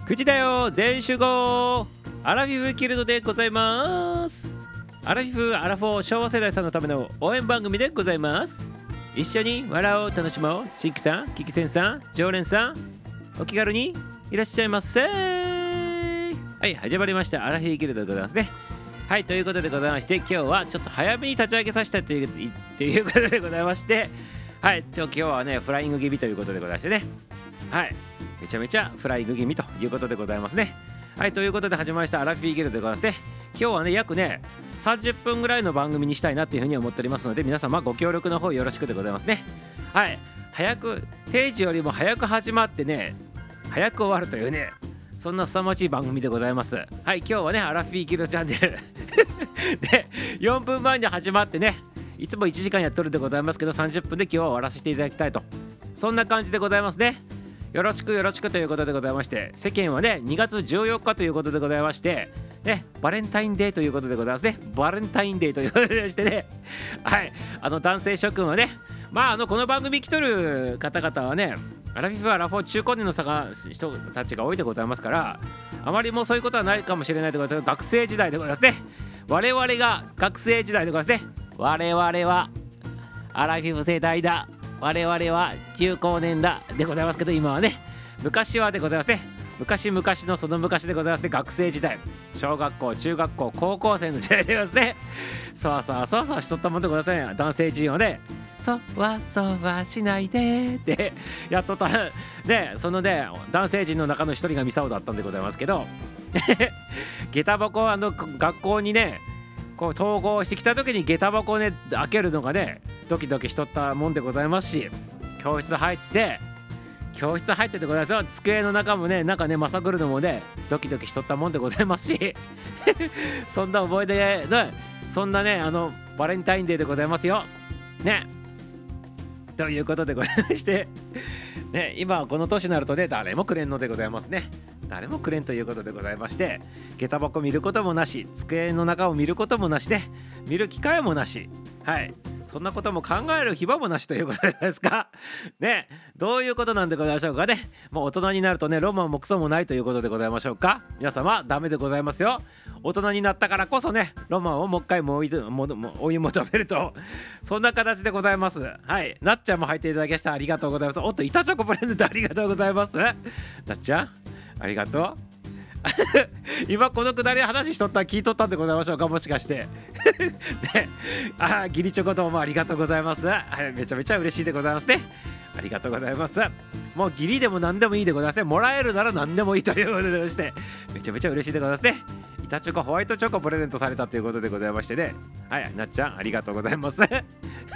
9時だよ全集合アラフィフギルドでございます。アラフィフアラフォー昭和世代さんのための応援番組でございます。一緒に笑おう楽しもう。シッキさん、キキセンさん、常連さん、お気軽にいらっしゃいませ。はい、始まりましたアラフィフギルドでございますね。はい、ということでございまして、今日はちょっと早めに立ち上げさせたっていうことでございまして、はい、今日はねフライング気味ということでございましてね、はい、めちゃめちゃフライング気味ということでございますね。はい、ということで始まりましたアラフィフギルドでございますね。今日はね約ね30分ぐらいの番組にしたいなっていうふうに思っておりますので、皆様ご協力の方よろしくでございますね。はい、早く定時よりも早く始まってね早く終わるというね、そんな凄まじい番組でございます。はい、今日はねアラフィフギルドチャンネルで4分前に始まってね、いつも1時間やっとるでございますけど、30分で今日は終わらせていただきたいと、そんな感じでございますね。よろしくよろしくということでございまして、世間はね2月14日ということでございましてね、バレンタインデーということでございますね。バレンタインデーということでしてね、はい、男性諸君はね、この番組来とる方々はね、アラフィフアラフォー中高年の人たちが多いでございますから、あまりもうそういうことはないかもしれないでございます。学生時代でございますね。我々が学生時代でございますね。我々はアラフィフ世代だ、我々は中高年だでございますけど、今はね昔はでございますね。昔々のその昔でございますね。学生時代、小学校中学校高校生の時代でございますね。そうしとったもんでございますね。男性陣をねそうはしないでってやっとったね。そのね男性陣の中の一人がミサオだったんでございますけど下駄箱学校にねこう統合してきた時に下駄箱をね開けるのがねドキドキしとったもんでございますし、教室入ってでございますよ。机の中もねまさぐるのもねドキドキしとったもんでございますしそんな思い出ね、そんなねバレンタインデーでございますよね。ということでございましてね、今はこの年になるとね誰もくれんのでございますね。誰もくれんということでございまして、下駄箱見ることもなし、机の中を見ることもなしで、見る機会もなし、はい、そんなことも考える暇もなしということですかね。どういうことなんでございましょうかね。もう大人になるとねロマンもクソもないということでございましょうか。皆様ダメでございますよ。大人になったからこそねロマンをもう一回追い求めると、そんな形でございます。はい、なっちゃんも入っていただきましたありがとうございます。おっと板チョコプレゼントありがとうございます。なっちゃんありがとう今このくだり話しとった聞いとったんでございましょうか、もしかしてね、ギリチョコどうもありがとうございます。はい、めちゃめちゃ嬉しいでございますね。ありがとうございます。もうギリでも何でもいいでございますね。もらえるなら何でもいいということでして、めちゃめちゃ嬉しいでございますね。板チョコホワイトチョコプレゼントされたということでございましてね、はい、なっちゃんありがとうございますで、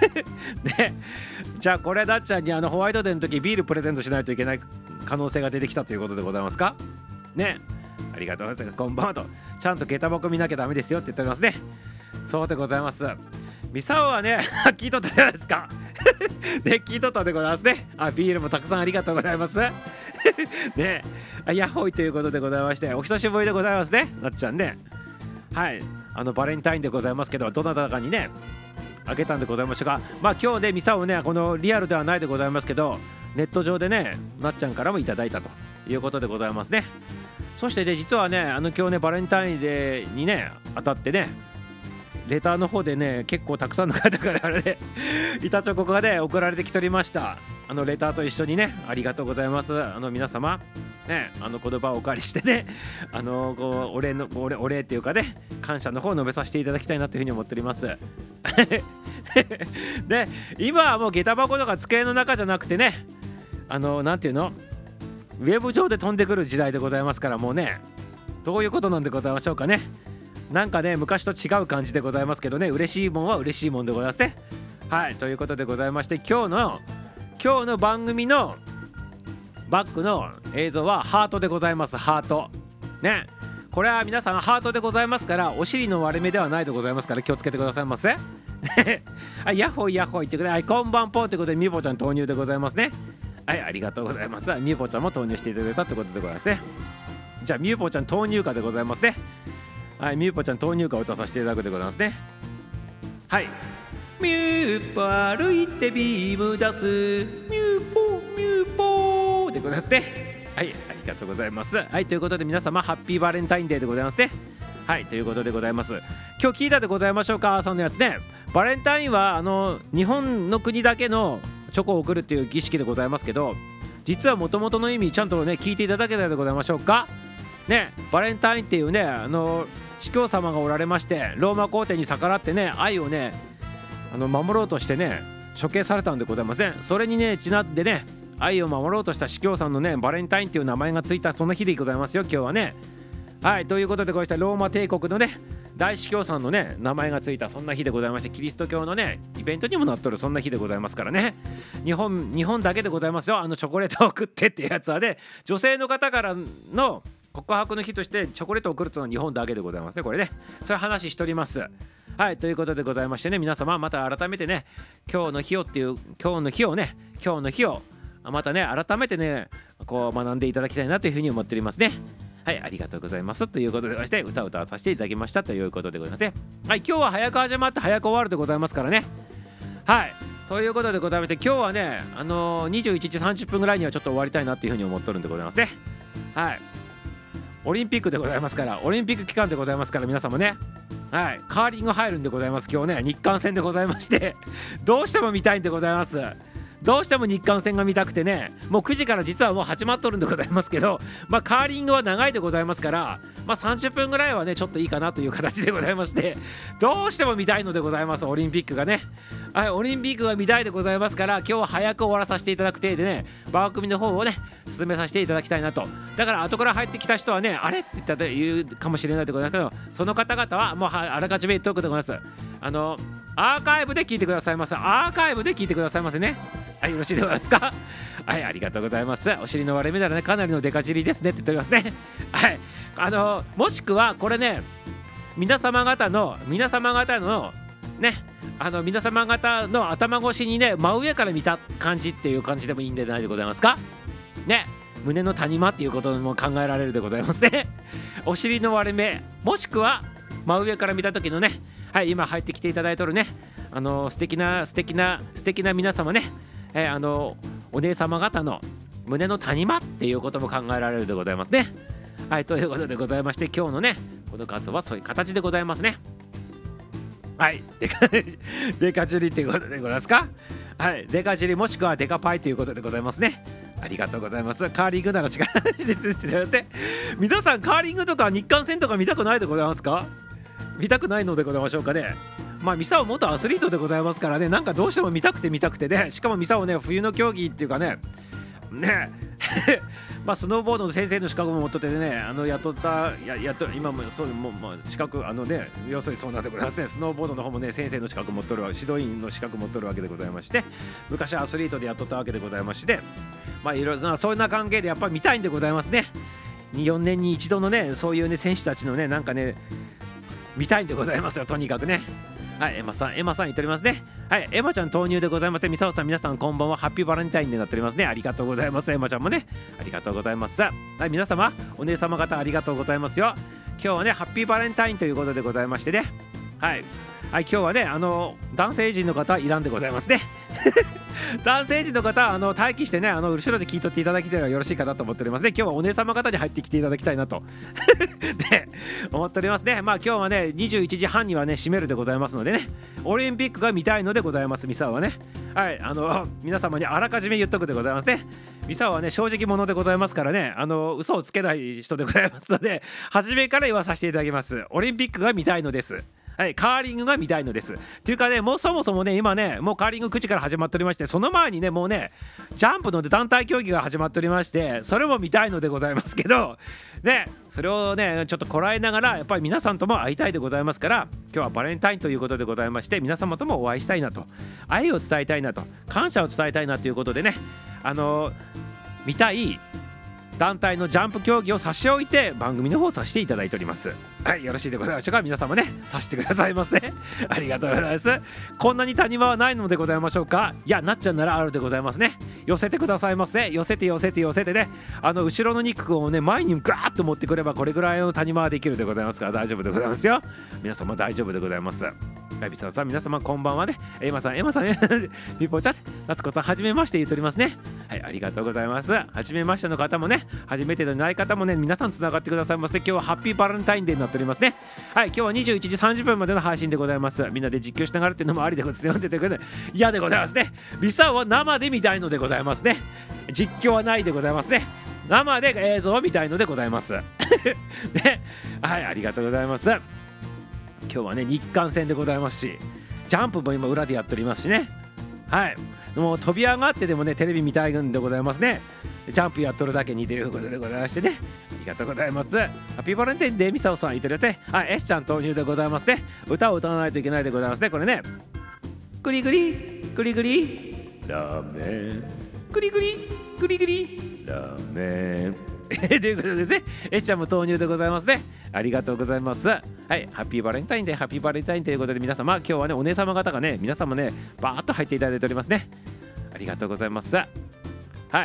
じゃあこれなっちゃんにホワイトデーの時ビールプレゼントしないといけない可能性が出てきたということでございますかね。ありがとうございます。こんばんはと、ちゃんと下駄箱見なきゃダメですよって言っておりますね。そうでございます。ミサオはね聞いとったじゃないですかね、聞いとったでございますね。ビールもたくさんありがとうございますね、ヤッホイということでございまして、お久しぶりでございますね、なっちゃんね。はい、バレンタインでございますけど、どなたかにねあげたんでございましょうか。今日ねミサオねこのリアルではないでございますけど、ネット上でねなっちゃんからもいただいたということでございますね。そしてね実はね今日ねバレンタインデーにね当たってねレターの方でね結構たくさんの方からね板チョコがね送られてきておりました。レターと一緒にねありがとうございます。皆様ねこの場をお借りしてねこうお礼っていうかね感謝の方を述べさせていただきたいなというふうに思っておりますで今はもう下駄箱とか机の中じゃなくてねなんていうのウェブ上で飛んでくる時代でございますから、もうねどういうことなんでございましょうかね。なんかね昔と違う感じでございますけどね、嬉しいもんは嬉しいもんでございますね。はい、ということでございまして、今日の番組のバックの映像はハートでございます。ハートね、これは皆さんハートでございますから、お尻の割れ目ではないでございますから気をつけてくださいませヤッホイヤッホイってくれ、はい、こんばんぽーということでみぼちゃん投入でございますね。はい、ありがとうございます。みぼちゃんも投入していただいたということでございますね。じゃあみぼちゃん投入歌でございますね。はい、みゆぽちゃん投入歌を歌させていただくでございますね。はい、みゆぽ歩いてビーム出すミューポでございますね。 はい、ありがとうございます。はい、ということで皆様ハッピーバレンタインデーでございますね。はい、ということでございます。今日聞いたでございましょうか、そのやつね。バレンタインは日本の国だけのチョコを送るっていう儀式でございますけど、実は元々の意味ちゃんとね聞いていただけたでございましょうかね。バレンタインっていうね司教様がおられまして、ローマ皇帝に逆らってね愛をね守ろうとしてね処刑されたんでございません。それにねちなんでね愛を守ろうとした司教さんのねバレンタインっていう名前がついたその日でございますよ、今日はね。はい、ということでこうしたローマ帝国のね大司教さんのね名前がついたそんな日でございまして、キリスト教のねイベントにもなっとるそんな日でございますからね。日本だけでございますよ。チョコレートを送ってっていうやつはね、女性の方からの告白の日としてチョコレートを送るというのは日本だけでございますね、これね。そういう話しております。はい、ということでございましてね、皆様また改めてね今日の日をまたね改めてねこう学んでいただきたいなというふうに思っておりますね。はい、ありがとうございますということでまして歌を歌わさせていただきましたということでございますね。はい、今日は早く始まって早く終わるでございますからね。はい、ということでございまして今日はね21時30分ぐらいにはちょっと終わりたいなというふうに思っとるんでございますね。はい、オリンピックでございますから、オリンピック期間でございますから皆様ね、はい、カーリング入るんでございます。今日ね日韓戦でございましてどうしても見たいんでございます。どうしても日韓戦が見たくてね、もう9時から実はもう始まっとるんでございますけど、カーリングは長いでございますから、30分ぐらいはねちょっといいかなという形でございまして、どうしても見たいのでございます、オリンピックがね。はい、オリンピックが見たいでございますから、今日は早く終わらさせていただく体でね番組の方をね進めさせていただきたいなと。だから後から入ってきた人はねあれって言うかもしれないでございますけど、その方々はもうあらかじめ言っておくでございます。アーカイブで聞いてくださいませ。アーカイブで聞いてくださいませね。はい、よろしいでございますか。はい、ありがとうございます。お尻の割れ目ならねかなりのデカ尻ですねって言っておりますね。はい、もしくはこれね皆様方のね皆様方の頭越しにね真上から見た感じっていう感じでもいいんじゃないでございますかね。胸の谷間っていうことも考えられるでございますね。お尻の割れ目もしくは真上から見た時のね、はい、今入ってきていただいとるね素敵な皆様ね、お姉様方の胸の谷間っていうことも考えられるでございますね。はい、ということでございまして今日のねこの画像はそういう形でございますね。はい、デカチリっていうことでございますか。はい、デカチリもしくはデカパイということでございますね。ありがとうございます。カーリングなら違う話ですって言われて、皆さんカーリングとか日韓戦とか見たくないでございますか。見たくないのでございましょうかね。ミサオ元アスリートでございますからね、なんかどうしても見たくてね、しかもミサオね冬の競技っていうかねスノーボードの先生の資格も持っとってね今もそうもう資格要するにそうなんでございますね。スノーボードの方もね先生の資格持っとる指導員の資格持っとるわけでございまして、昔アスリートでやっとったわけでございまして、いろいろそんな関係でやっぱり見たいんでございますね。4年に一度のねそういうね選手たちのねなんかね見たいんでございますよ、とにかくね。はい、エマさん言っておりますね。はい、エマちゃん投入でございます。ミサオさん皆さんこんばんは、ハッピーバレンタインになっておりますね。ありがとうございます。エマちゃんもねありがとうございます。はい、皆様お姉様方ありがとうございますよ。今日はねハッピーバレンタインということでございましてね、はい、今日はね男性陣の方はいらんでございますね。男性陣の方待機してね後ろで聞いとっていただけたらよろしいかなと思っておりますね。今日はお姉様方に入ってきていただきたいなとね思っておりますね。今日はね21時半にはね閉めるでございますのでね、オリンピックが見たいのでございます。ミサオはね、はい皆様にあらかじめ言っとくでございますね。ミサオはね正直者でございますからね嘘をつけない人でございますので、初めから言わさせていただきます。オリンピックが見たいのです。はい、カーリングが見たいのです。というかね、もうそもそもね、今ね、もうカーリング9時から始まっておりまして、その前にね、もうね、ジャンプの団体競技が始まっておりまして、それも見たいのでございますけど、ね、それをね、ちょっとこらえながら、やっぱり皆さんとも会いたいでございますから、今日はバレンタインということでございまして、皆様ともお会いしたいなと、愛を伝えたいなと、感謝を伝えたいなということでね、見たい団体のジャンプ競技を差し置いて番組の方をさせていただいております。はい、よろしいでございましょうか。皆様ねさせてくださいませ。ありがとうございます。こんなに谷間はないのでございましょうか。いやなっちゃんならあるでございますね。寄せてくださいませ。寄せてね、後ろの肉をね前にガーッと持ってくればこれぐらいの谷間はできるでございますから大丈夫でございますよ。皆様大丈夫でございます。 ラビサオさん、皆様こんばんはね。エマさん、ピポちゃん、夏子さん、はじめまして言っておりますね。はい、ありがとうございます。はじめましての方もね、初めてでない方もね、皆さんつながってくださいまして、今日はハッピーバレンタインデーになっておりますね。はい、今日は21時30分までの配信でございます。みんなで実況しながらっていうのもありでございます。読んでてくれない。嫌でございますね。ビサオは生で見たいのでございますね。実況はないでございますね。生で映像を見たいのでございます。ね、はい、ありがとうございます。今日はね、日韓戦でございますし、ジャンプも今裏でやっておりますしね。はい、もう飛び上がってでもね、テレビ見たいんでございますね。ジャンプやっとるだけにということでございましてね、ありがとうございます。ハッピーバレンタインデー、ミサオさん言ってるやつね。はい、エスちゃん投入でございますね。歌を歌わないといけないでございますね。これね、グリグリグリグリラーメン、グリグリグリグリラーメンということでね、エスちゃんも投入でございますね。ありがとうございます。はい、ハッピーバレンタインデー、ハッピーバレンタインということで、皆様今日はね、お姉様方がね、皆様ね、バーッと入っていただいておりますね。ありがとうございます。はい、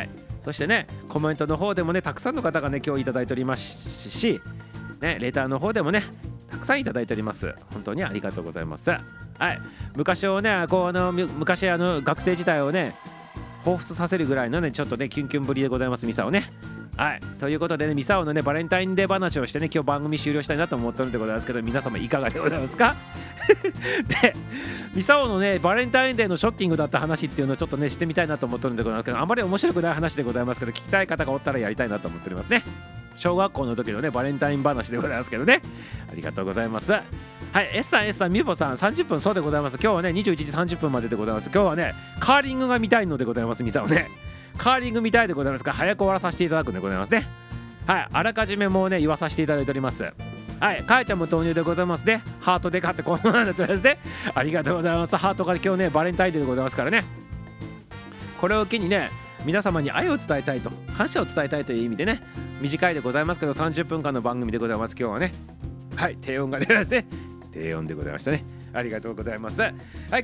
そしてね、コメントの方でもね、たくさんの方がね、今日いただいておりますし、ね、レターの方でもね、たくさんいただいております。本当にありがとうございます。はい、昔をね、昔学生時代をね、彷彿させるぐらいのね、ちょっとね、キュンキュンぶりでございます、ミサオね。はい、ということでね、ミサオのね、バレンタインデー話をしてね、今日番組終了したいなと思ってるんでございますけど、皆様いかがでございますか？で、ミサオのね、バレンタインデーのショッキングだった話っていうのをちょっとね、してみたいなと思ってるんでございますけど、あまり面白くない話でございますけど、聞きたい方がおったらやりたいなと思っておりますね。小学校の時のね、バレンタイン話でございますけどね、ありがとうございます。はい、S さん、ミューボさん、30分、そうでございます。今日はね、21時30分まででございます。今日はね、カーリングが見たいのでございます、ミサオね。カーリング見たいでございますから、早く終わらさせていただくんでございますね。はい、あらかじめもうね、言わさせていただいております。はい、かえちゃんも投入でございますね。ハートで買ってこんなのだったですね。ありがとうございます。ハートが今日ね、バレンタインデーでございますからね。これを機にね、皆様に愛を伝えたいと、感謝を伝えたいという意味でね、短いでございますけど、30分間の番組でございます。今日はね、はい、低音が出ますね。低音でございましたね。ありがとうございます。はい、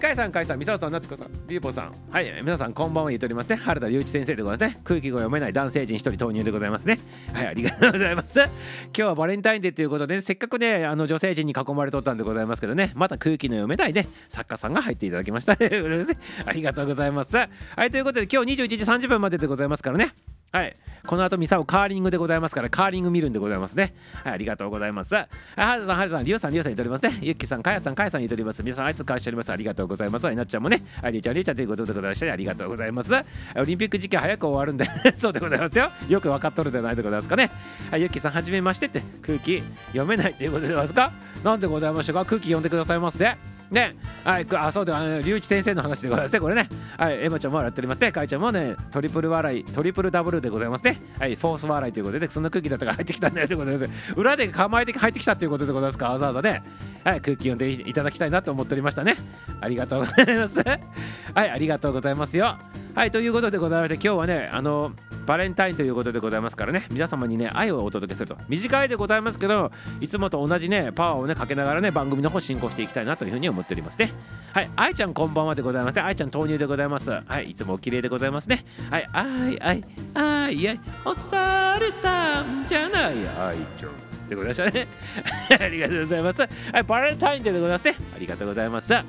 かいさん、ミサオさん、夏子さん、ビューポさん、はい、皆さんこんばんは言っておりますね。原田隆一先生でございますね。空気が読めない男性陣一人投入でございますね。はい、ありがとうございます。今日はバレンタインデーということで、ね、せっかくね、女性陣に囲まれとったんでございますけどね、また空気の読めないね、作家さんが入っていただきましたね。ありがとうございます。はい、ということで、今日21時30分まででございますからね。はい、この後ミサオカーリングでございますから、カーリング見るんでございますね。はい、ありがとうございます。はい、はるさん、りゅうさん言っておりますね。ゆっきさん、かやさん言っております。皆さん、あいつ返しております。ありがとうございます。なっちゃんもね、りゅうちゃんということでございまして、ありがとうございます。オリンピック時期早く終わるんでそうでございますよ。よく分かっとるでないでございますかね。はい、ゆっきさん、はじめましてって空気読めないということでございますか。なんでございましたか。空気読んでくださいませ。ね、はい、そうで龍一先生の話でございますね。これね、はい、エマちゃんも笑っておりますね。かいちゃんもね、トリプル笑い、トリプルダブルでございますね。はい、フォース笑いということで、そんな空気だったから入ってきたんだよということで、裏で構えて入ってきたということでございますか。わざわざね、はい、空気読んでいただきたいなと思っておりましたね。ありがとうございます。はい、ありがとうございますよ。はい、ということでございまして、今日はね、バレンタインということでございますからね、皆様にね、愛をお届けすると。短いでございますけど、いつもと同じね、パワーをね、かけながらね、番組の方進行していきたいなというふうに思っておりますね。はい、愛ちゃんこんばんはでございますね。愛ちゃん投入でございます。はい、いつもお綺麗でございますね。はい、あい、お猿さんじゃない、愛ちゃんでございましたね。ありがとうございます。はい、バレンタインデーでございますね。ありがとうございます。はい、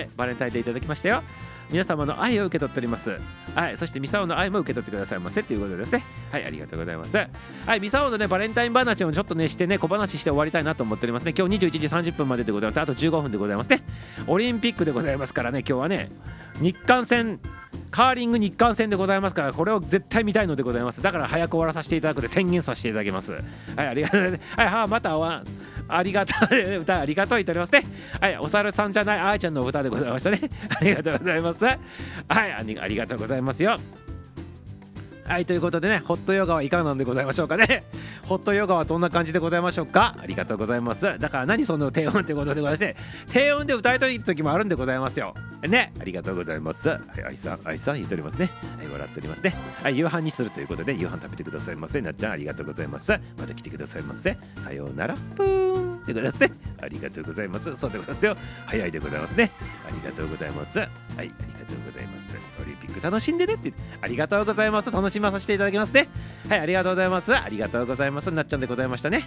バレンタインデーいただきましたよ。皆様の愛を受け取っております。はい、そしてミサオの愛も受け取ってくださいませということですね。はい、ありがとうございます。はい、ミサオのね、バレンタイン話をちょっとね、してね、小話して終わりたいなと思っておりますね。今日21時30分まででございます。あと15分でございますね。オリンピックでございますからね、今日はね、日韓戦、カーリング日韓戦でございますから、これを絶対見たいのでございます。だから早く終わらさせていただくで宣言させていただきます。はい、ありがとうございます。はい、またありがとう歌ありがとう言っておりますね。はい、お猿さんじゃないあーちゃんの歌でございましたね。ありがとうございます。はい、ありがとうございますよ。はい、ということでね、ホットヨガはいかがなんでございましょうかね。ホットヨガはどんな感じでございましょうか。ありがとうございます。だから何その低音ってことでございまして、低音で歌いたい時もあるんでございますよね。ありがとうございます。はい、愛さん言っておりますね。はい、笑っておりますね。はい、夕飯にするということで夕飯食べてくださいませ。なっちゃんありがとうございます。また来てくださいませ。さようならぷーんでございますね。ありがとうございます。そうでございますよ。早いでございますね。ありがとうございます。はい、ありがとうございます。オリンピック楽しんでねって、ありがとうございます。楽しまさせていただきますね。はい、ありがとうございます。ありがとうございます。なっちゃんでございましたね。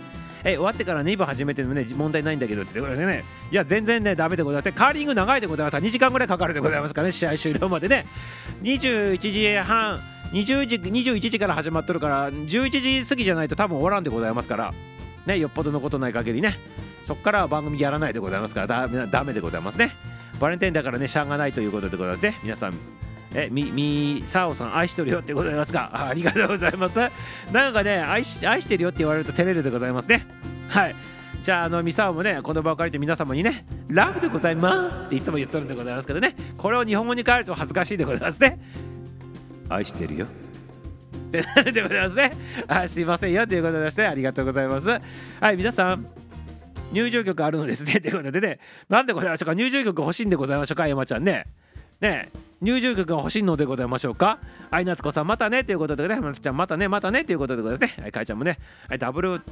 終わってから2部始めてもね問題ないんだけどって言ってくれてね、いや全然ねダメでございます。カーリング長いでございます。2時間ぐらいかかるでございますからね、試合終了までね。21時半21時から始まっとるから11時過ぎじゃないと多分終わらんでございますからね、よっぽどのことない限りね、そっからは番組やらないでございますからダメでございますね。バレンタインだからねしゃがないということでございますね。皆さんサオさん愛しとるよってございますか。ありがとうございます。なんかね愛してるよって言われると照れるでございますね。はい、じゃあミサオもねこの場を借りて皆様にねラブでございますっていつも言っとるんでございますけどね、これを日本語に変えると恥ずかしいでございますね。愛してるよってなるでございますね。すいませんよということでまして、ありがとうございます。はい、皆さん入場曲あるのですねということでね、なんでございましょうか。入場曲欲しいんでございましょうか。山ちゃんね入場曲が欲しいのでございましょうか。夏子さんまたねということでね、まつちゃんまたねということでございますね。かいちゃんもね、ダブル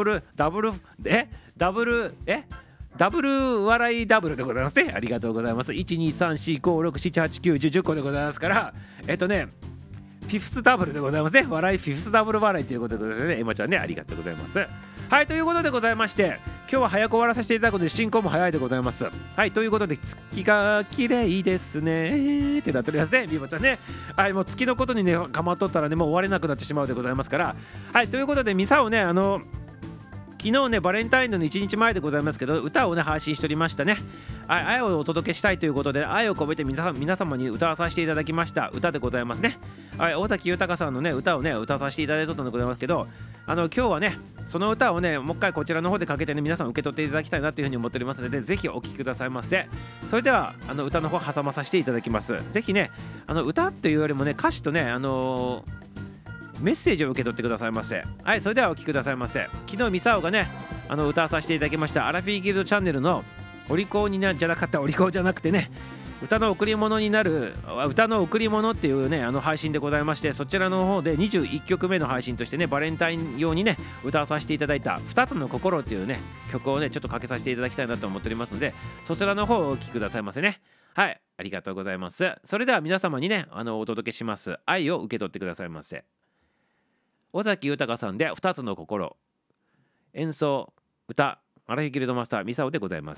笑いダブルでございますね。ありがとうございます。12345678910個でございますから、フィフスダブルでございますね。笑いフィフスダブル笑いということでございますね。エマちゃんね、ありがとうございます。はい、ということでございまして、今日は早く終わらさせていただくので進行も早いでございます。はい、ということで月が綺麗ですねってなっておりますね、ビーバちゃんね。はい、もう月のことにねかまっとったらねもう終われなくなってしまうでございますから。はい、ということでミサをね昨日ねバレンタインの1日前でございますけど歌をね配信しておりましたね。愛をお届けしたいということで愛を込めて皆様に歌わさせていただきました歌でございますね。大滝豊さんのね歌をね歌わさせていただいとったんでございますけど、今日はねその歌をねもう一回こちらの方でかけてね皆さん受け取っていただきたいなというふうに思っておりますので、ぜひお聴きくださいませ。それでは歌の方挟まさせていただきます。ぜひね歌というよりもね歌詞とねメッセージを受け取ってくださいませ。はい、それではお聴きくださいませ。昨日ミサオがね歌わさせていただきましたアラフィーギルドチャンネルのお利口じゃなくてね歌の贈り物になる歌の贈り物っていうね配信でございまして、そちらの方で21曲目の配信としてねバレンタイン用にね歌わさせていただいた2つの心っていうね曲をねちょっとかけさせていただきたいなと思っておりますので、そちらの方をお聴きくださいませね。はい、ありがとうございます。それでは皆様にねお届けします愛を受け取ってくださいませ。尾崎豊さんで2つの心、演奏歌アラフィギルドマスターミサオでございます。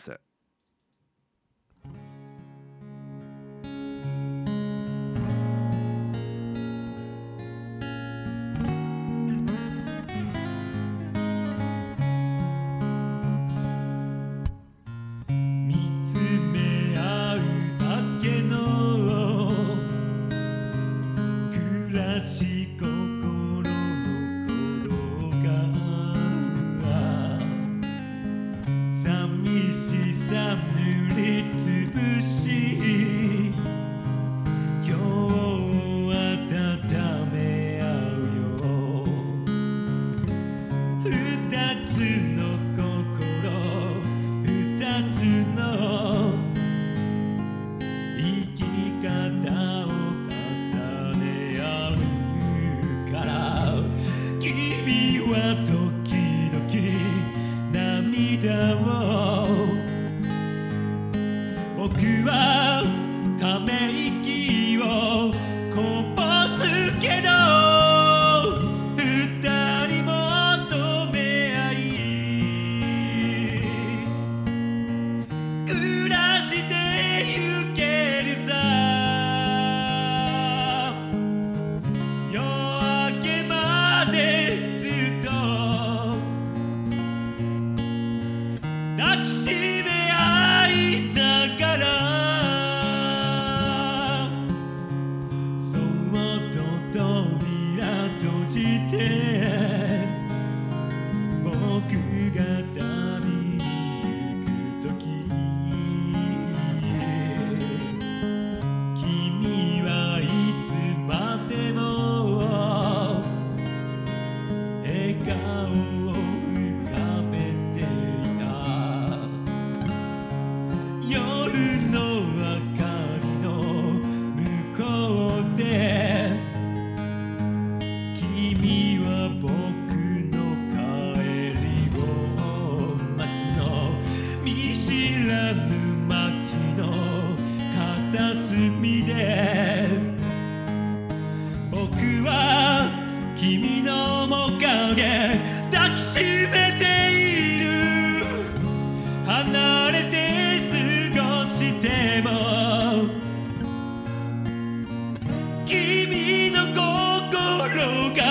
君の面影抱きしめている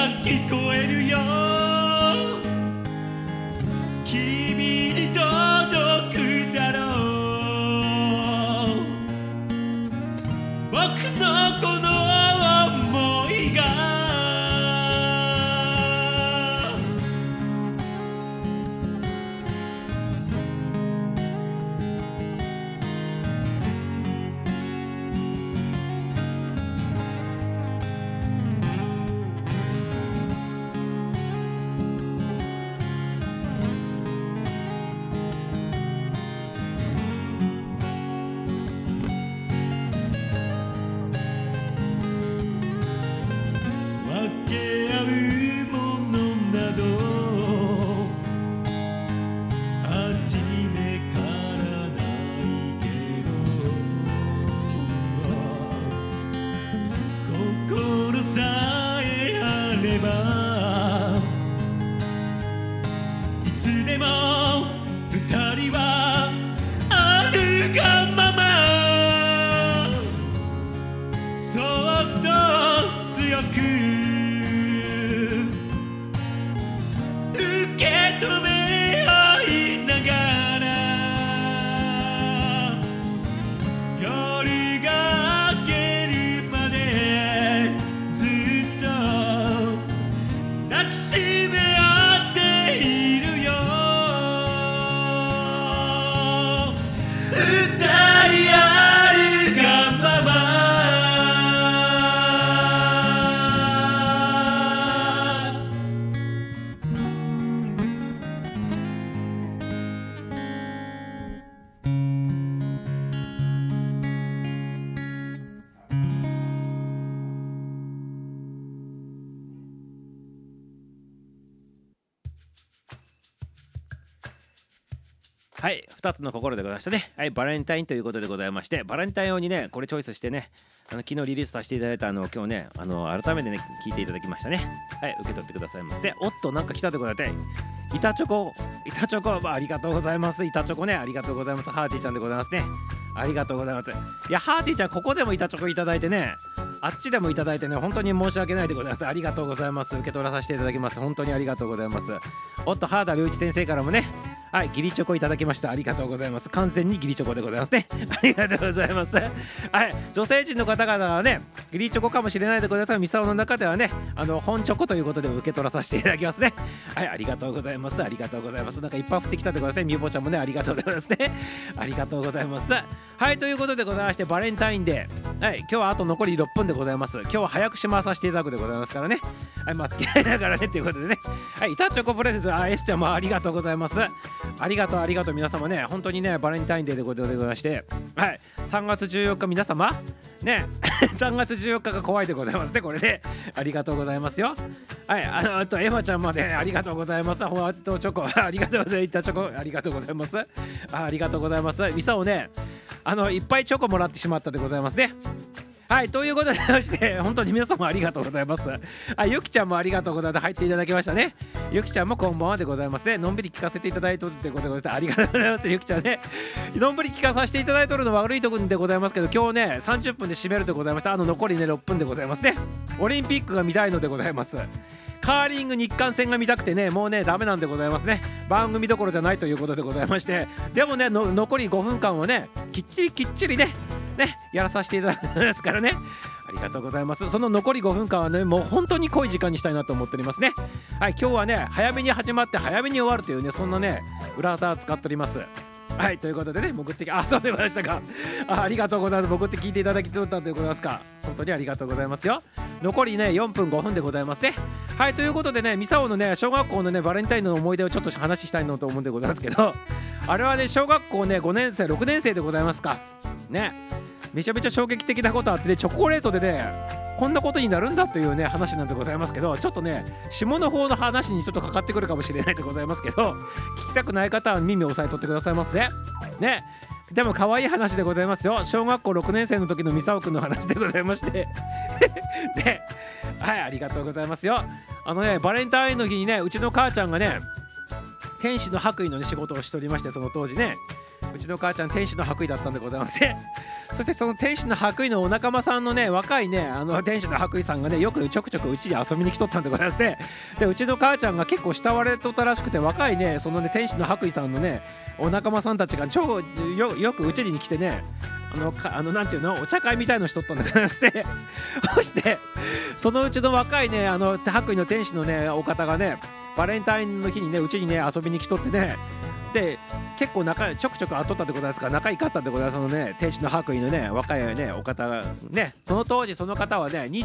聞こえるよ君に届くだろう僕のこの想いが分け合うものなど初めからないけど心さえあればいつでも二人はあるがままそっと強く受け止め合いながら夜が明けるまでずっと抱きしめ合っているよ歌い合うがままはい、2つの心でございましたね。はい、バレンタインということでございまして、バレンタイン用にね、これチョイスしてね、昨日リリースさせていただいた今日ね、改めてね、聞いていただきましたね。はい、受け取ってくださいませ。おっと、なんか来たでございまして、板チョコ、ありがとうございます。板チョコね、ありがとうございます。ハーティーちゃんでございますね。ありがとうございます。いや、ハーティーちゃん、ここでも板チョコいただいてね、あっちでもいただいてね、本当に申し訳ないでございます。ありがとうございます。受け取らさせていただきます。本当にありがとうございます。おっと、原田良一先生からもね、はい、義理チョコいただきました。ありがとうございます。完全に義理チョコでございますね。ありがとうございます。はい、女性陣の方々はね、義理チョコかもしれないでございますが、ミサオの中ではね、本チョコということで受け取らさせていただきますね。はい、ありがとうございます。ありがとうございます。なんかいっぱい降ってきたでございますね。みゆぽちゃんもね、ありがとうございますね。ありがとうございます。はい、ということでございまして、バレンタインデー。はい、今日はあと残り6分でございます。今日は早くしまわさせていただくでございますからね。はい、まあ、付き合いながらね、ということでね。はい、板チョコプレゼント、S ちゃんもありがとうございます。ありがとう皆様ね、本当にね、バレンタインデーでございまして、はい、3月14日皆様ね3月14日が怖いでございますね、これね。ありがとうございますよ。はい、あとエマちゃんまで、ありがとうございます。ホワイトチョコありがとうございます。板チョコありがとうございます。ありがとうございます。ミサをね、いっぱいチョコもらってしまったでございますね。はい、ということでまして本当に皆様ありがとうございます。ゆきちゃんもありがとうございます。入っていただきましたね。ゆきちゃんもこんばんはでございますね。のんびり聞かせていただいてるってことでございます。ありがとうございます。ゆきちゃんね、のんびり聞かさせていただいてるのは悪いところでございますけど、今日ね30分で締めるでございました。残りね6分でございますね。オリンピックが見たいのでございます。カーリング日韓戦が見たくてね、もうねダメなんでございますね。番組どころじゃないということでございまして、でもね残り5分間をねきっちりねやらさせていただきますからね。ありがとうございます。その残り5分間はね、もう本当に濃い時間にしたいなと思っておりますね。はい、今日はね早めに始まって早めに終わるというね、そんなね裏技を使っております。はい、ということでね、潜ってそうでございましたか。ありがとうございます。潜って聞いていただきとったんでございますか。本当にありがとうございますよ。残りね4分5分でございますね。はい、ということでね、ミサオのね小学校のねバレンタインの思い出をちょっと話したいなと思うんでございますけど、あれはね小学校ね5年生6年生でございますかね。めちゃめちゃ衝撃的なことあってね、チョコレートでねこんなことになるんだというね話なんでございますけど、ちょっとね下の方の話にちょっとかかってくるかもしれないでございますけど、聞きたくない方は耳を押さえとってくださいませね。でも可愛い話でございますよ。小学校6年生の時のミサオくんの話でございましてで、はい、ありがとうございますよ。バレンタインの日にね、うちの母ちゃんがね天使の白衣の、ね、仕事をしておりまして、その当時ねうちの母ちゃん天使の白衣だったんでございますね。 そしてその天使の白衣のお仲間さんのね、若いね天使の白衣さんがね、よくちょくちょくうちに遊びに来とったんでございますね。でうちの母ちゃんが結構慕われとったらしくて、若いねそのね天使の白衣さんのねお仲間さんたちがよくうちに来てね、なんていうの、お茶会みたいのしとったんでございますね。そしてそのうちの若いね白衣の天使のねお方がね、バレンタインの日にねうちにね遊びに来とってね、で結構ちょくちょく会っとったでございますから、仲いいかったでございます。そのね天使の白衣のね若いねお方がね、その当時その方はね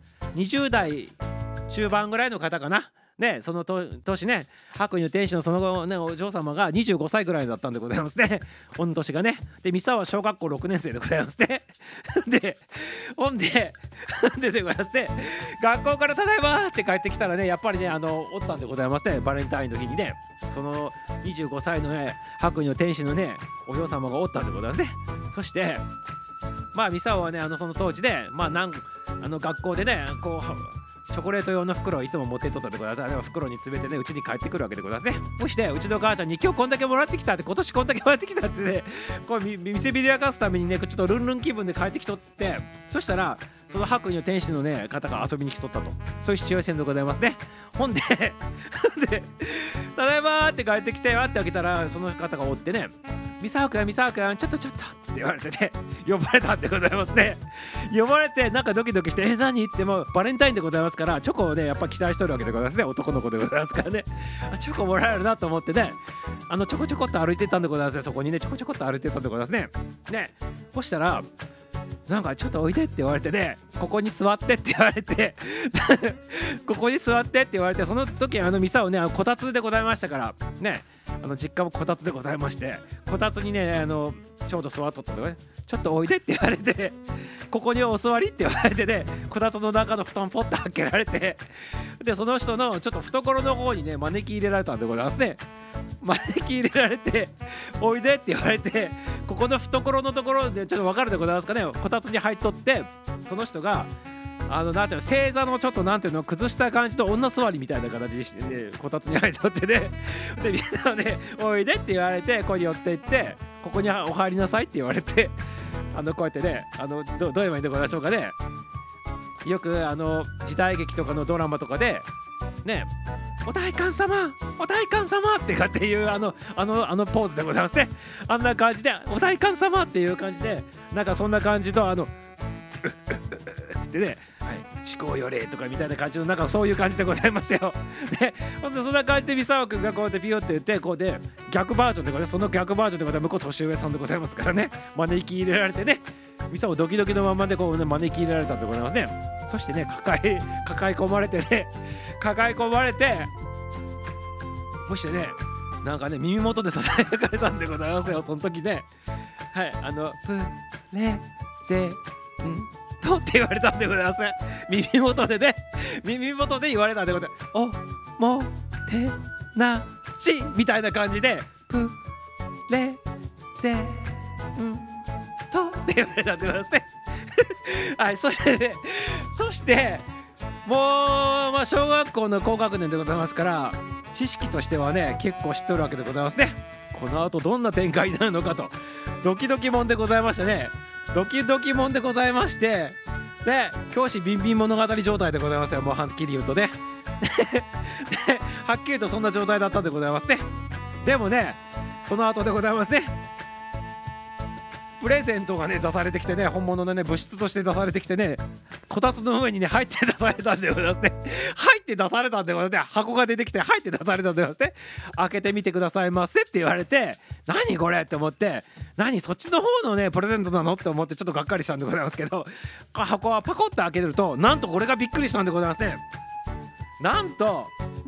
20代中盤ぐらいの方かなね、その年ね、白衣の天使のその後ねお嬢様が25歳ぐらいだったんでございますね。御年がね。でミサは小学校6年生でございますね。でほんででございますね、学校からただいまって帰ってきたらね、やっぱりねおったんでございますね。バレンタインの日にね、その25歳のね白衣の天使のねお嬢様がおったんでございますね。そしてまあミサはねその当時で学校でねこうチョコレート用の袋をいつも持ってっとったでございます。袋に詰めてねうちに帰ってくるわけでございますね。そしてうちの母ちゃんに今日こんだけもらってきたって、今年こんだけもらってきたってね、こう見せびらかすためにねちょっとルンルン気分で帰ってきとって、そしたらその白衣の天使のね方が遊びに来とったと、そういうシチュエーションでございますね。ほんでただいまーって帰ってきてわって開けたら、その方がおってね、ミサオくんちょっとつって言われてね、呼ばれたんでございますね。呼ばれてなんかドキドキして何ってもバレンタインでございますから、チョコをねやっぱ期待しとるわけでございますね。男の子でございますからね、チョコもらえるなと思ってね、ちょこちょこっと歩いてたんでございますね。そこにねちょこちょこっと歩いてたんでございますね。そしたらなんかちょっとおいでって言われてね、ここに座ってって言われてここに座ってって言われて、その時ミサをねこたつでございましたからね、実家もこたつでございまして、こたつにねちょうど座っとったのね、ちょっとおいでって言われて、ここにお座りって言われてね、こたつの中の布団ポッと開けられて、でその人のちょっと懐の方にね招き入れられたんでございますね。招き入れられておいでって言われて、ここの懐のところでちょっと分かるでございますかね、こたつに入っとって、その人がなんていうの、正座のちょっとなんていうの崩した感じと女座りみたいな形にしてね、こたつに入っとってね、でみんなねおいでって言われて、ここに寄っていって、ここにお入りなさいって言われて、こうやってねどういう意味でございましょうかね、よく時代劇とかのドラマとかでね、お代官様ってかっていうポーズでございますね。あんな感じでお代官様っていう感じで、なんかそんな感じとつってね、思考よれとかみたいな感じの、なんかそういう感じでございますよ。でほんでそんな感じでミサオくんがこうやってピヨって言って、こうで逆バージョンでございます。その逆バージョンでございます。向こう年上さんでございますからね、招き入れられてね、ミサオドキドキのままでこうね招き入れられたんでございますね。そしてね抱え込まれてね、そしてねなんかね耳元でささやかれたんでございますよ、その時ね。プレゼントって言われたんでございます。耳元で言われたんでございます。おもてなしみたいな感じで、プレゼントって言われたんでございますね。はい、そしてもう小学校の高学年でございますから、知識としてはね結構知っとるわけでございますね。この後どんな展開になるのかとドキドキもんでございましてね、で教師ビンビン物語状態でございますよ、もうはっきり言うとね。ではっきりとそんな状態だったんでございますね。でもねその後でございますね、プレゼントがね出されてきてね、本物のね物質として出されてきてね、こたつの上にね入って出されたんでございますね。箱が出てきて入って出されたんでございますね。開けてみてくださいませって言われて、何これって思って、そっちの方のねプレゼントなのって思ってちょっとがっかりしたんでございますけど、箱はパコッと開けると、なんとこれがびっくりしたんでございますね。なんと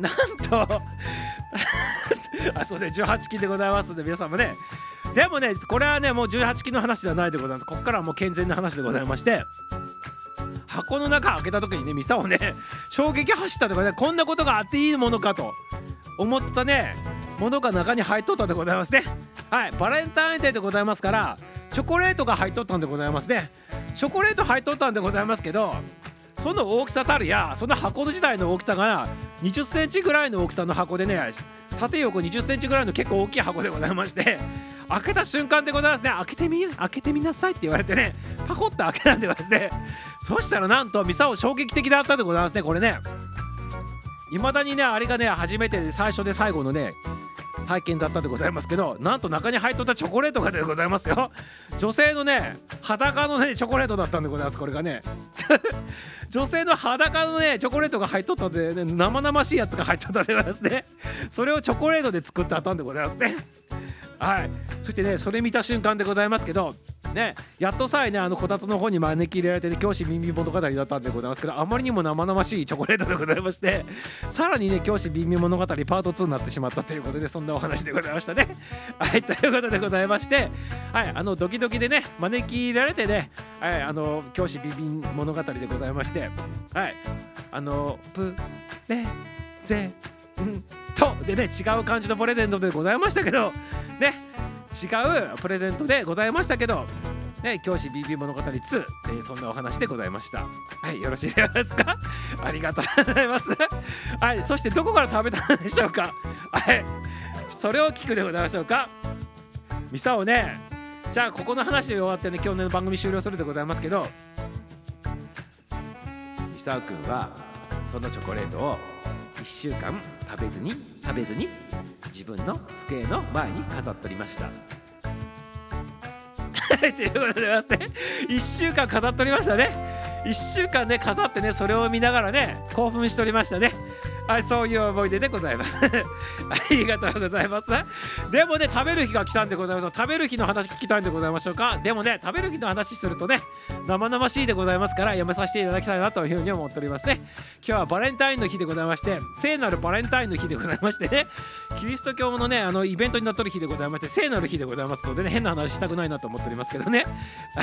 そうね18金でございますので、皆さんもね、でもねこれはねもう18金の話ではないでございます。ここからはもう健全な話でございまして、箱の中開けた時にねミサをね衝撃走ったとかね、こんなことがあっていいものかと思ったねものが中に入っとったでございますね。はい、バレンタインデーでございますから、チョコレートが入っとったんでございますね。チョコレート入っとったんでございますけど、その大きさたるや、その箱の自体の大きさが20センチぐらいの大きさの箱でね、縦横20センチぐらいの結構大きい箱でございまして、 開けた瞬間でございますね。開けてみなさいって言われてね、パコッと開けたんでございますね。そしたらなんとミサオ衝撃的だったでございますね。これね、未だにねあれがね初めてで最初で最後のね体験だったでございますけど、なんと中に入っとったチョコレートがでございますよ。女性のね裸のねチョコレートだったんでございます。これがね女性の裸のねチョコレートが入っとったんで、ね、生々しいやつが入っとったんでございますね。それをチョコレートで作ってあったんでございますね。はい、そしてねそれ見た瞬間でございますけどね、やっとさえねこたつの方に招き入れられて、ね、教師ビンビン物語だったんでございますけど、あまりにも生々しいチョコレートでございまして、さらにね教師ビンビン物語パート2になってしまったということで、そんなお話でございましたね。はい、ということでございまして、はいドキドキでね招き入れられてね、はい教師ビンビン物語でございまして、はいプレゼントでね違う感じのプレゼントでございましたけどね、違うプレゼントでございましたけどね、教師 BB 物語2、そんなお話でございました。はい、よろしいですか？ありがとうございます。はい、そしてどこから食べたんでしょうか？はい、それを聞くでございましょうか？ミサオね、じゃあここの話で終わってね今日の番組終了するでございますけど、ミサオくんはそのチョコレートを1週間食べずに自分の机の前に飾っておりました。ということでございますね。1週間飾っておりましたね。1週間ね飾ってね、それを見ながらね興奮しておりましたね。はい、そういう思い出でございます。ありがとうございます。でもね食べる日が来たんでございます。食べる日の話聞きたいんでございましょうか？でもね食べる日の話するとね生々しいでございますからやめさせていただきたいなというふうに思っておりますね。今日はバレンタインの日でございまして、聖なるバレンタインの日でございましてね、キリスト教のねイベントになっとる日でございまして、聖なる日でございますのでね、変な話したくないなと思っておりますけどね。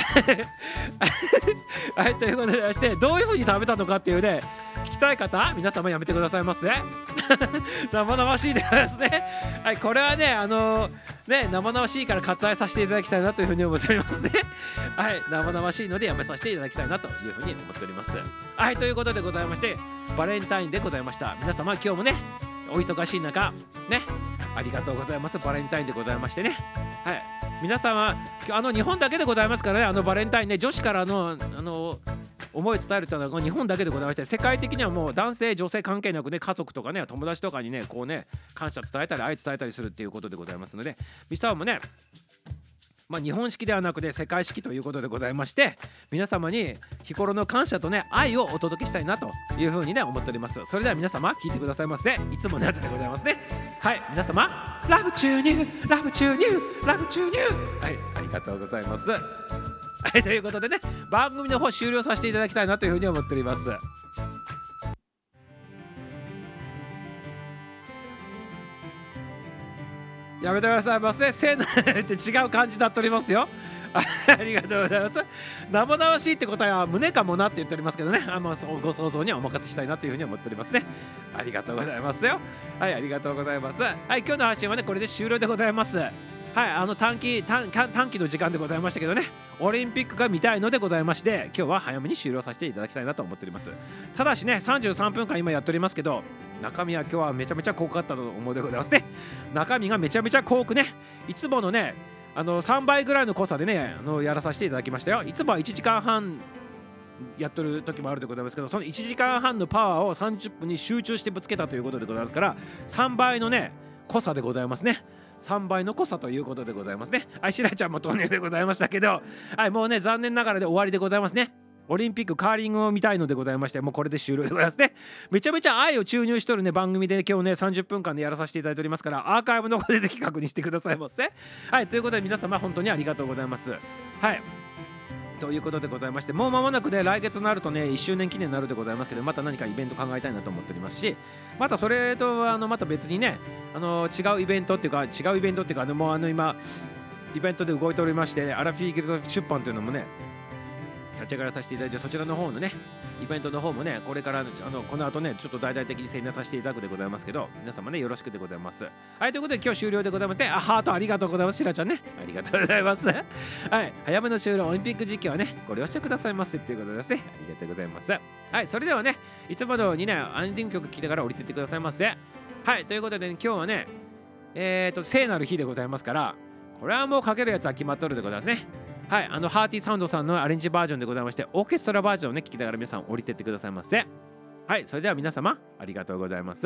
はい、ということでして、どういうふうに食べたのかっていうね聞きたい方皆様やめてくださいませ。生々しいでございますね。はい、これはね生々しいから割愛させていただきたいなというふうに思っておりますね。はい、生々しいのでやめさせていただきたいなというふうに思っております。はい、ということでございまして、バレンタインでございました。皆様今日もねお忙しい中ねありがとうございます。バレンタインでございましてね、はい、皆様日本だけでございますからね、バレンタインね女子から思いを伝えるというのは日本だけでございまして、世界的にはもう男性女性関係なくね家族とかね友達とかにねこうね感謝伝えたり愛伝えたりするっていうことでございますので、ミサオもね日本式ではなくて世界式ということでございまして、皆様に日頃の感謝とね愛をお届けしたいなというふうにね思っております。それでは皆様聞いてくださいませ。いつものやつでございますね。はい、皆様ラブ注入ラブ注入ラブ注入、はい、ありがとうございます。はい、ということでね番組の方終了させていただきたいなというふうに思っております。やめてくださいませ。せんって違う感じになっておりますよ。ありがとうございます。生々しいって答えは胸かもなって言っておりますけどね、ご想像にはお任せしたいなというふうに思っておりますね。ありがとうございますよ。はい、ありがとうございます。はい、今日の配信はねこれで終了でございます。はい、短期の時間でございましたけどね、オリンピックが見たいのでございまして、今日は早めに終了させていただきたいなと思っております。ただしね33分間今やっておりますけど、中身は今日はめちゃめちゃ濃かったと思うでございますね。中身がめちゃめちゃ濃くね、いつものね3倍ぐらいの濃さでねやらさせていただきましたよ。いつもは1時間半やっとる時もあるでございますけど、その1時間半のパワーを30分に集中してぶつけたということでございますから、3倍のね濃さでございますね。3倍の濃さということでございますね。はい、しらちゃんも投入でございましたけど、はい、もうね残念ながらで終わりでございますね。オリンピックカーリングを見たいのでございまして、もうこれで終了でございますね。めちゃめちゃ愛を注入しとるね番組で、今日ね30分間でやらさせていただいておりますから、アーカイブの方でぜひ確認してくださいませ。はい、ということで皆様本当にありがとうございます。はい、ということでございまして、もう間もなくね来月になるとね1周年記念になるでございますけど、また何かイベント考えたいなと思っておりますし、またそれとまた別にね違うイベントっていうかもう今イベントで動いておりまして、アラフィーギルド出版というのもね立ち上がらさせていただいて、そちらの方のねイベントの方もねこれからこの後ねちょっと大々的に宣伝させていただくでございますけど、皆様ねよろしくでございます。はい、ということで今日終了でございまして、ハートありがとうございます。しらちゃんねありがとうございます。はい、早めの終了オリンピック実況はねご了承くださいませということですね。ありがとうございます。はい、それではねいつものようにねアンディング曲聴いてから降りてってくださいませ。はい、ということで、ね、今日はね聖なる日でございますから、 これはもうかけるやつは決まっとるでございますね。はい、ハーティーサウンドさんのアレンジバージョンでございまして、オーケストラバージョンをね聞きながら皆さん降りてってくださいませ。はい、それでは皆様ありがとうございます。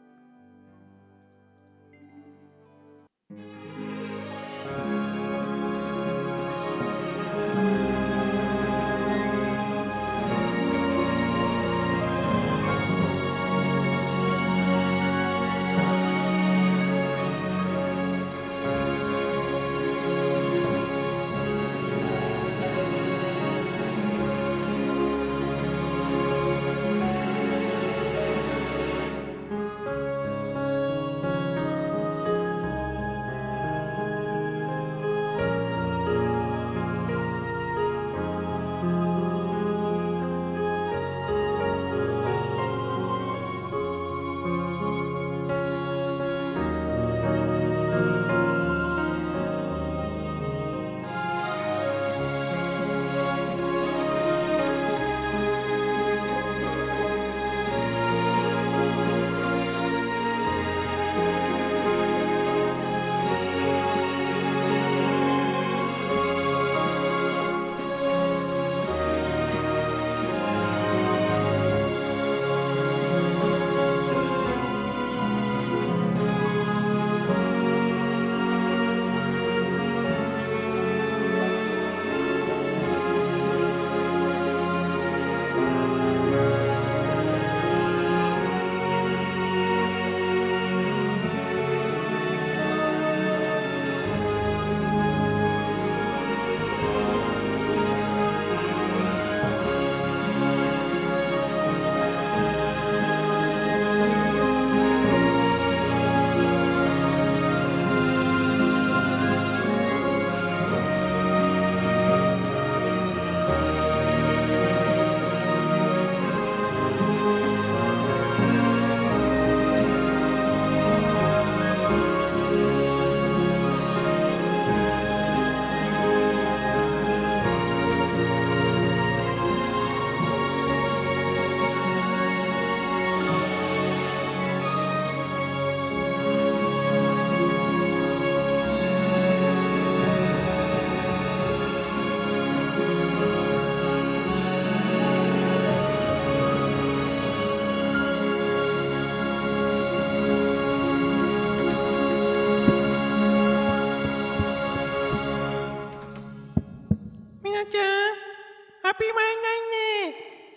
ちゃん、ハッピーバレンタインデ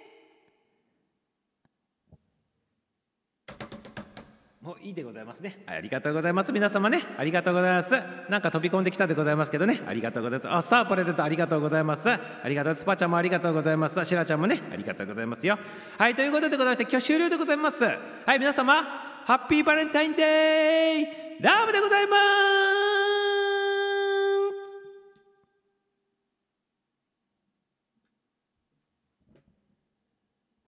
ー。 もういいでございますね。ありがとうございます。皆様ね、ありがとうございます。なんか飛び込んできたでございますけどね、ありがとうございます。あ、スタープレゼントありがとうございます。ありがとう。スパちゃんもありがとうございます。シラちゃんもね、ありがとうございますよ。はい、ということでございまして、今日終了でございます。はい、皆様、ハッピーバレンタインデーラブでございます。